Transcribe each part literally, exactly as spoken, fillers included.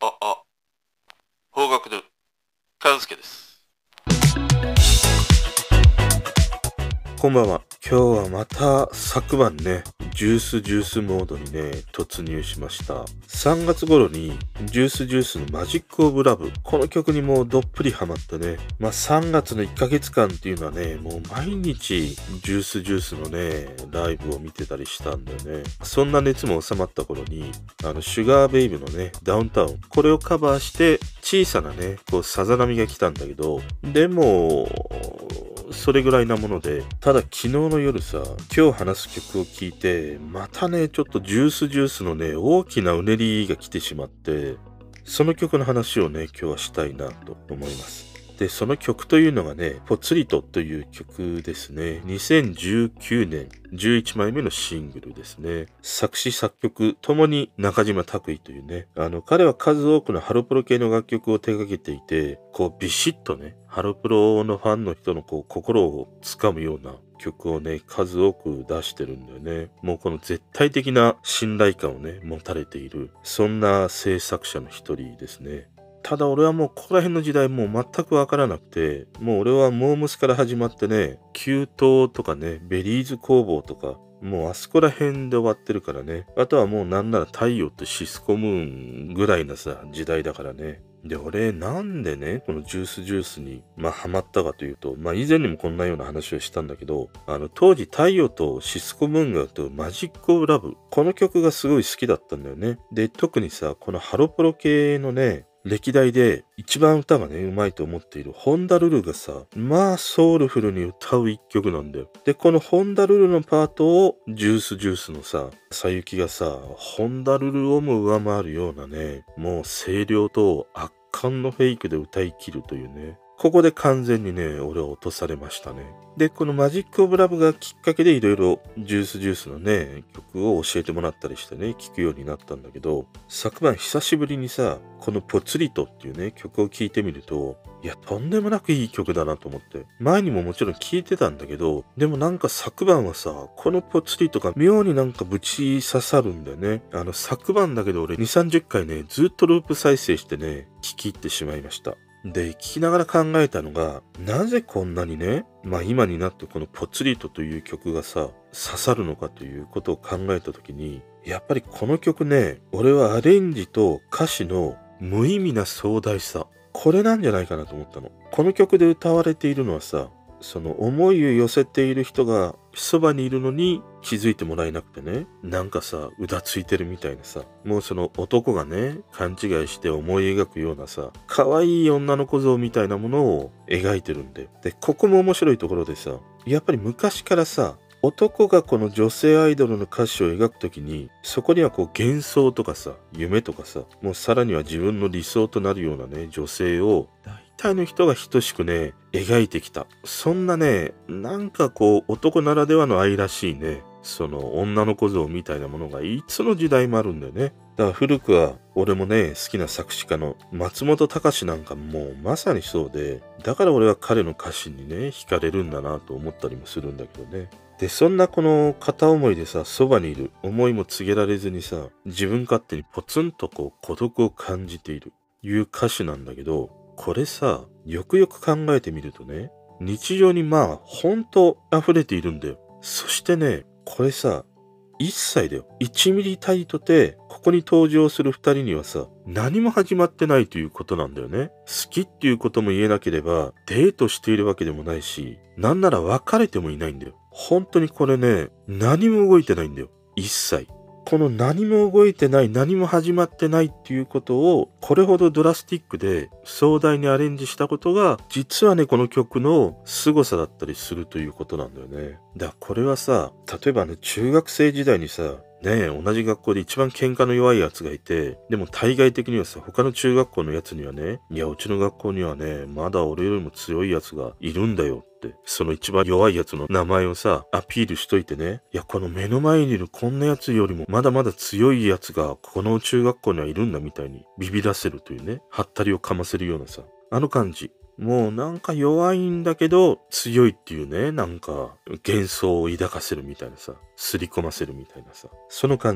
あ、あ、方角で、勘介です。 こんばんは。今日はまた昨晩ね、ジュースジュースモードにね、突入しました。さんがつ頃にジュースジュースのマジックオブラブ。この曲にもうどっぷりハマってね。まあさんがつのいっかげつかんっていうのはね、もう毎日ジュースジュースのね、ライブを見てたりしたんだよね。そんな熱も収まった頃に、あの、シュガーベイブのね、ダウンタウン。これをカバーして小さなね、こうさざ波が来たんだけど、でも、それぐらいなもので、ただ昨日の夜さ、今日話す曲を聴いて、またね、ちょっとジュースジュースのね、大きなうねりが来てしまって、その曲の話をね、今日はしたいなと思います。で、その曲というのがね、ぽつりとという曲ですね。にせんじゅうきゅうねんじゅういちまいめのシングルですね。作詞作曲ともに中島拓衣というね、あの、彼は数多くのハロプロ系の楽曲を手掛けていて、こうビシッとね、ハロプロのファンの人のこう心をつかむような曲をね、数多く出してるんだよね。もうこの絶対的な信頼感をね、持たれている、そんな制作者の一人ですね。ただ俺はもうここら辺の時代もう全くわからなくて、もう俺はモームスから始まってね、キュートとかね、ベリーズ工房とか、もうあそこら辺で終わってるからね。あとはもうなんなら太陽とシスコムーンぐらいなさ、時代だからね。で、俺なんでね、このジュースジュースに、まあハマったかというと、まあ以前にもこんなような話をしたんだけど、あの当時太陽とシスコムーンが歌うマジックオブラブ。この曲がすごい好きだったんだよね。で、特にさ、このハロプロ系のね、歴代で一番歌がね、うまいと思っているホンダルルがさ、まあソウルフルに歌う一曲なんだよ。で、このホンダルルのパートをジュースジュースのさ、さゆきがさ、ホンダルルをも上回るようなね、もう声量と圧巻のフェイクで歌い切るというね。ここで完全にね、俺は落とされましたね。で、このマジックオブラブがきっかけでいろいろジュースジュースのね、曲を教えてもらったりしてね、聴くようになったんだけど、昨晩久しぶりにさ、このぽつりとっていうね、曲を聴いてみると、いや、とんでもなくいい曲だなと思って。前にももちろん聴いてたんだけど、でもなんか昨晩はさ、このぽつりとが妙になんかぶち刺さるんだよね。あの、昨晩だけど俺に、さんじゅっかいね、ずっとループ再生してね、聴き入ってしまいました。で、聞きながら考えたのが、なぜこんなにね、まあ今になってこのぽつりとという曲がさ、刺さるのかということを考えたときに、やっぱりこの曲ね、俺はアレンジと歌詞の無意味な壮大さ、これなんじゃないかなと思ったの。この曲で歌われているのはさ、その思いを寄せている人がそばにいるのに気づいてもらえなくてね、なんかさ、うだついてるみたいなさ、もうその男がね、勘違いして思い描くようなさ、可愛い女の子像みたいなものを描いてるんだよ。で、ここも面白いところでさ、やっぱり昔からさ、男がこの女性アイドルの歌詞を描くときに、そこにはこう幻想とかさ、夢とかさ、もうさらには自分の理想となるようなね、女性を、大体の人が等しくね、描いてきた。そんなね、なんかこう、男ならではの愛らしいね、その女の子像みたいなものがいつの時代もあるんだよね。だから古くは俺もね、好きな作詞家の松本隆なんかもうまさにそうで、だから俺は彼の歌詞にね、惹かれるんだなと思ったりもするんだけどね。で、そんなこの片思いでさ、そばにいる思いも告げられずにさ、自分勝手にポツンとこう孤独を感じている、いう歌詞なんだけど、これさ、よくよく考えてみるとね、日常にまあ、ほんと溢れているんだよ。そしてね、これさ、一切だよ。いちミリたりとて、ここに登場する二人にはさ、何も始まってないということなんだよね。好きっていうことも言えなければ、デートしているわけでもないし、なんなら別れてもいないんだよ。本当にこれね、何も動いてないんだよ。一切。この何も動いてない、何も始まってないっていうことを、これほどドラスティックで壮大にアレンジしたことが、実はね、この曲の凄さだったりするということなんだよね。だからこれはさ、例えばね、中学生時代にさ、ねえ、同じ学校で一番喧嘩の弱いやつがいて、でも対外的にはさ、他の中学校のやつにはね、いや、うちの学校にはね、まだ俺よりも強いやつがいるんだよって、その一番弱いやつの名前をさ、アピールしといてね、いや、この目の前にいるこんなやつよりもまだまだ強いやつが、この中学校にはいるんだみたいにビビらせるというね、はったりをかませるようなさ、あの感じ。もうなんか弱いんだけど強いっていうね、なんか幻想を抱かせるみたいなさ、すり込ませるみたいなさ、その感じ。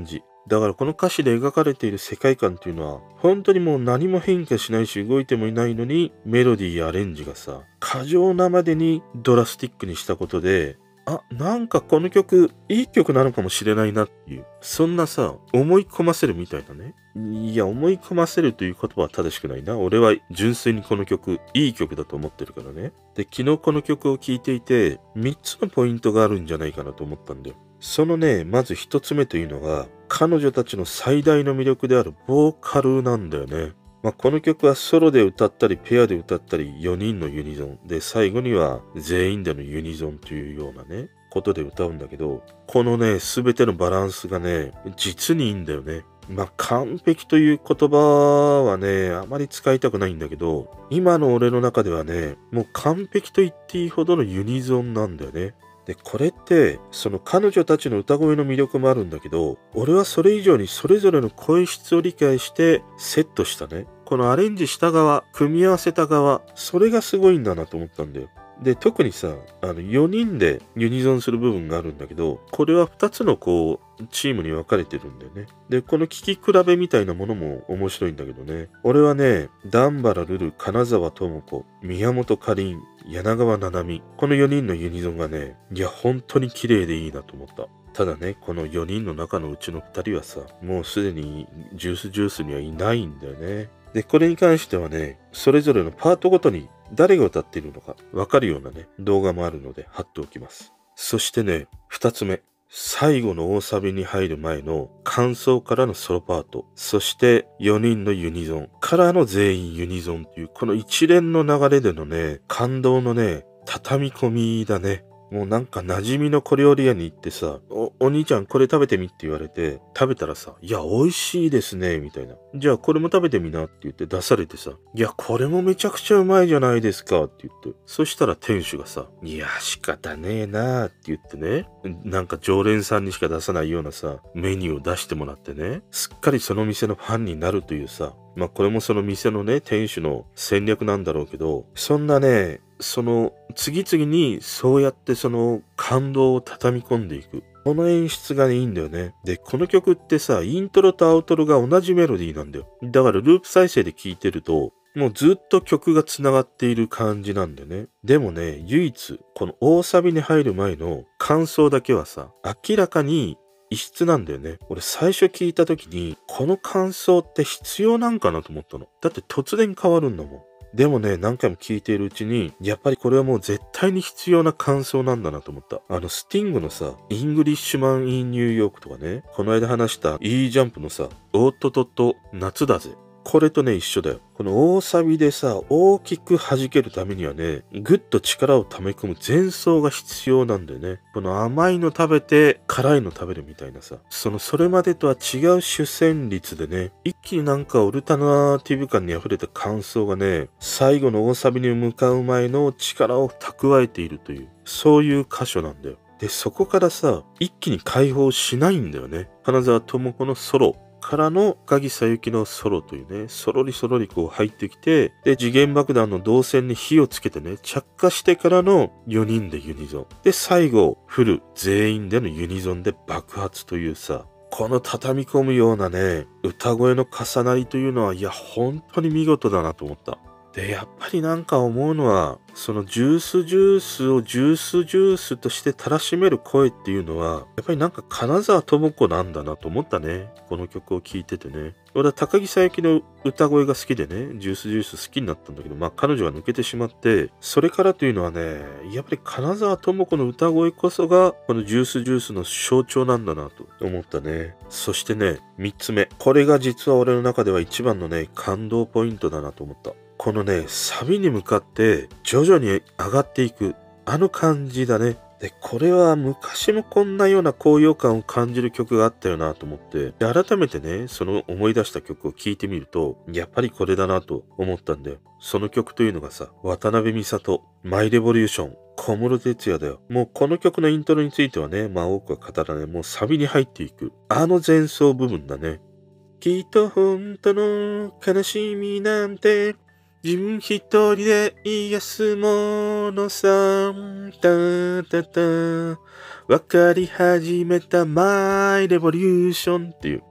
だからこの歌詞で描かれている世界観っていうのは、本当にもう何も変化しないし動いてもいないのに、メロディーやアレンジがさ、過剰なまでにドラスティックにしたことで、あ、なんかこの曲、いい曲なのかもしれないなっていう、そんなさ、思い込ませるみたいなね。いや、思い込ませるという言葉は正しくないな。俺は純粋にこの曲、いい曲だと思ってるからね。で、昨日この曲を聴いていて、みっつのポイントがあるんじゃないかなと思ったんだよ。そのね、まず一つ目というのが、彼女たちの最大の魅力であるボーカルなんだよね。まあ、この曲はソロで歌ったりペアで歌ったりよにんのユニゾンで最後には全員でのユニゾンというようなねことで歌うんだけど、このね全てのバランスがね実にいいんだよね。まあ、完璧という言葉はねあまり使いたくないんだけど、今の俺の中ではねもう完璧と言っていいほどのユニゾンなんだよね。で、これって、その彼女たちの歌声の魅力もあるんだけど、俺はそれ以上にそれぞれの声質を理解してセットしたね。このアレンジした側、組み合わせた側、それがすごいんだなと思ったんだよ。で、特にさ、あの、よにんでユニゾンする部分があるんだけど、これはふたつのこう、チームに分かれてるんだよね。で、この聴き比べみたいなものも面白いんだけどね。俺はね、段原ルル、金沢智子、宮本かりん、柳川七海、このよにんのユニゾンがね、いや、本当に綺麗でいいなと思った。ただね、このよにんの中のうちのふたりはさ、もうすでにジュースジュースにはいないんだよね。で、これに関してはね、それぞれのパートごとに誰が歌っているのかわかるようなね、動画もあるので貼っておきます。そしてね、二つ目。最後の大サビに入る前の間奏からのソロパート、そしてよにんのユニゾンからの全員ユニゾンというこの一連の流れでのね、感動のね、畳み込みだね。もうなんか馴染みの小料理屋に行ってさ、お、お兄ちゃんこれ食べてみって言われて、食べたらさ、いや、美味しいですね、みたいな。じゃあこれも食べてみなって言って出されてさ、いや、これもめちゃくちゃうまいじゃないですかって言って。そしたら店主がさ、いや、仕方ねえなーって言ってね、なんか常連さんにしか出さないようなさ、メニューを出してもらってね、すっかりその店のファンになるというさ、まあこれもその店のね、店主の戦略なんだろうけど、そんなね、その次々にそうやってその感動を畳み込んでいく。この演出がいいんだよね。で、この曲ってさ、イントロとアウトロが同じメロディーなんだよ。だからループ再生で聴いてると、もうずっと曲が繋がっている感じなんだよね。でもね、唯一、この大サビに入る前の感想だけはさ、明らかに異質なんだよね。俺最初聞いた時に、この感想って必要なんかなと思ったの。だって突然変わるんだもん。でもね、何回も聞いているうちに、やっぱりこれはもう絶対に必要な感想なんだなと思った。あの、スティングのさ、イングリッシュマン・イン・ニューヨークとかね、この間話した E ジャンプのさ、オートトト夏だぜ。これとね、一緒だよ。この大サビでさ、大きく弾けるためにはね、ぐっと力を溜め込む前奏が必要なんだよね。この甘いの食べて、辛いの食べるみたいなさ、そのそれまでとは違う主旋律でね、一気になんかオルタナティブ感に溢れた感想がね、最後の大サビに向かう前の力を蓄えているという、そういう箇所なんだよ。で、そこからさ、一気に解放しないんだよね。金沢智子のソロ。からの鍵さゆきのソロというね、そろりそろりこう入ってきて、で、次元爆弾の導線に火をつけてね、着火してからのよにんでユニゾン。で、最後、フル、全員でのユニゾンで爆発というさ、この畳み込むようなね、歌声の重なりというのは、いや、本当に見事だなと思った。で、やっぱりなんか思うのは、そのジュースジュースをジュースジュースとしてたらしめる声っていうのは、やっぱりなんか金沢智子なんだなと思ったね。この曲を聴いててね。俺は高木さゆきの歌声が好きでね、ジュースジュース好きになったんだけど、まあ彼女が抜けてしまって、それからというのはね、やっぱり金沢智子の歌声こそが、このジュースジュースの象徴なんだなと思ったね。そしてね、三つ目。これが実は俺の中では一番のね、感動ポイントだなと思った。このね、サビに向かって徐々に上がっていく、あの感じだね。で、これは昔もこんなような高揚感を感じる曲があったよなと思って、で改めてね、その思い出した曲を聴いてみると、やっぱりこれだなと思ったんだよ。その曲というのがさ、渡辺美里、マイレボリューション、小室哲哉だよ。もうこの曲のイントロについてはね、まあ多くは語らない。もうサビに入っていく。あの前奏部分だね。きっと本当の悲しみなんて、自分一人で癒すものさ、たたた、わかり始めたマイレボリューションっていう。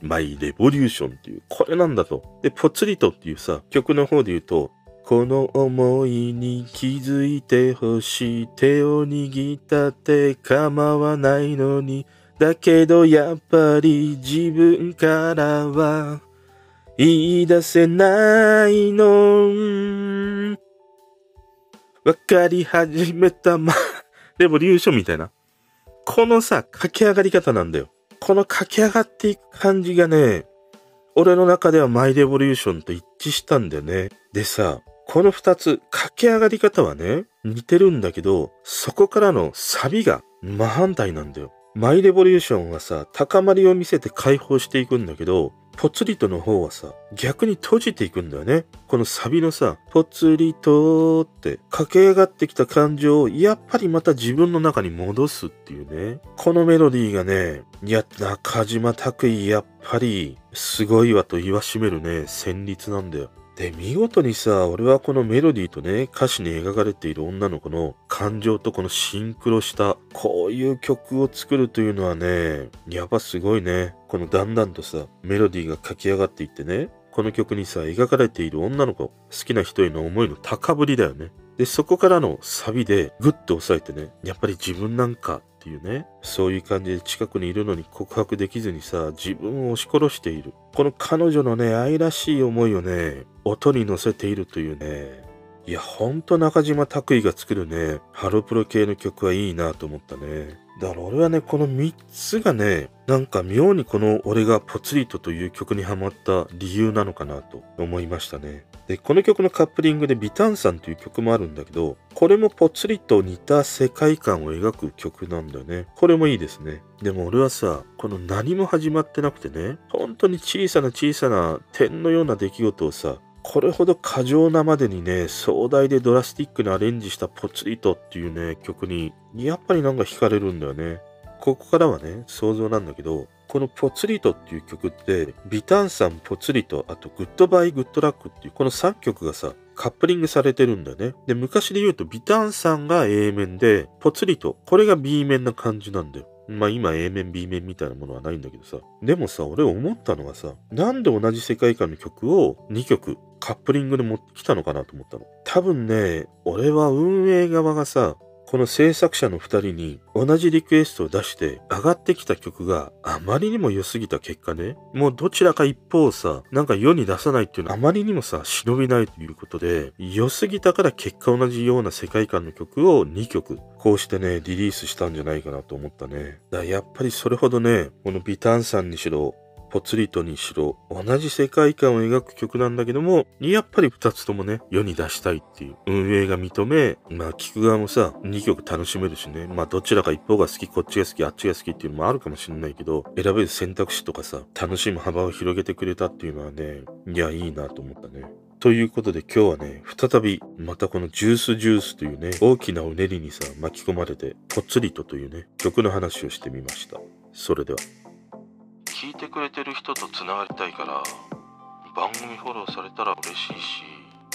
マイレボリューションっていう、これなんだと。で、ぽつりとっていうさ、曲の方で言うと、この思いに気づいてほしい。手を握ったって構わないのに。だけどやっぱり自分からは言い出せないの。わかり始めたま、レボリューションみたいな。このさ、駆け上がり方なんだよ。この駆け上がっていく感じがね、俺の中ではマイレボリューションと一致したんだよね。でさ、この二つ、駆け上がり方はね、似てるんだけど、そこからのサビが真反対なんだよ。マイレボリューションはさ、高まりを見せて解放していくんだけど、ぽつりとの方はさ、逆に閉じていくんだよね。このサビのさ、ぽつりとって駆け上がってきた感情をやっぱりまた自分の中に戻すっていうね。このメロディーがね、いや、中島拓衣やっぱりすごいわと言わしめるね、旋律なんだよ。で、見事にさ、俺はこのメロディーとね、歌詞に描かれている女の子の感情とこのシンクロした、こういう曲を作るというのはね、やっぱすごいね。このだんだんとさ、メロディーが書き上がっていってね、この曲にさ、描かれている女の子、好きな人への思いの高ぶりだよね。で、そこからのサビでグッと押さえてね、やっぱり自分なんかっていうね、そういう感じで近くにいるのに告白できずにさ、自分を押し殺している。この彼女のね、愛らしい思いをね、音に乗せているというね、いや、ほんと中島拓衣が作るね、ハロプロ系の曲はいいなと思ったね。だから俺はね、このみっつがね、なんか妙にこの俺がぽつりとという曲にハマった理由なのかなと思いましたね。で、この曲のカップリングでビタンさんという曲もあるんだけど、これもぽつりと似た世界観を描く曲なんだよね。これもいいですね。でも俺はさ、この何も始まってなくてね、本当に小さな小さな点のような出来事をさ、これほど過剰なまでにね、壮大でドラスティックにアレンジしたぽつりとっていうね、曲に、やっぱりなんか惹かれるんだよね。ここからはね、想像なんだけど、このぽつりとっていう曲って、ビタンさんぽつりと、あとグッドバイグッドラックっていうこのさんきょくがさ、カップリングされてるんだよね。で、昔で言うとビタンさんが A 面で、ぽつりと、これが B 面な感じなんだよ。まあ今 A 面 B 面みたいなものはないんだけどさ。でもさ、俺思ったのがさ、なんで同じ世界観の曲をにきょくカップリングで持ってきたのかなと思ったの。多分ね、俺は運営側がさ、この制作者のふたりに同じリクエストを出して上がってきた曲があまりにも良すぎた結果ね、もうどちらか一方をさ、なんか世に出さないっていうのはあまりにもさ、忍びないということで、良すぎたから結果同じような世界観の曲をにきょく、こうしてね、リリースしたんじゃないかなと思ったね。だからやっぱりそれほどね、このビタンさんにしろ、ぽつりとにしろ、同じ世界観を描く曲なんだけども、やっぱり二つともね、世に出したいっていう運営が認め、まあ聴く側もさ、にきょく楽しめるしね、まあどちらか一方が好き、こっちが好き、あっちが好きっていうのもあるかもしれないけど、選べる選択肢とかさ、楽しむ幅を広げてくれたっていうのはね、いや、いいなと思ったね。ということで今日はね、再び、またこのジュースジュースというね、大きなうねりにさ、巻き込まれて、ぽつりとというね、曲の話をしてみました。それでは。聞いてくれてる人とつながりたいから番組フォローされたら嬉しいし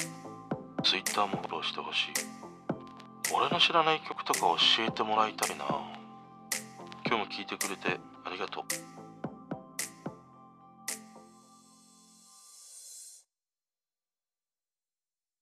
Twitter もフォローしてほしい。俺の知らない曲とか教えてもらいたいな。今日も聞いてくれてありがとう。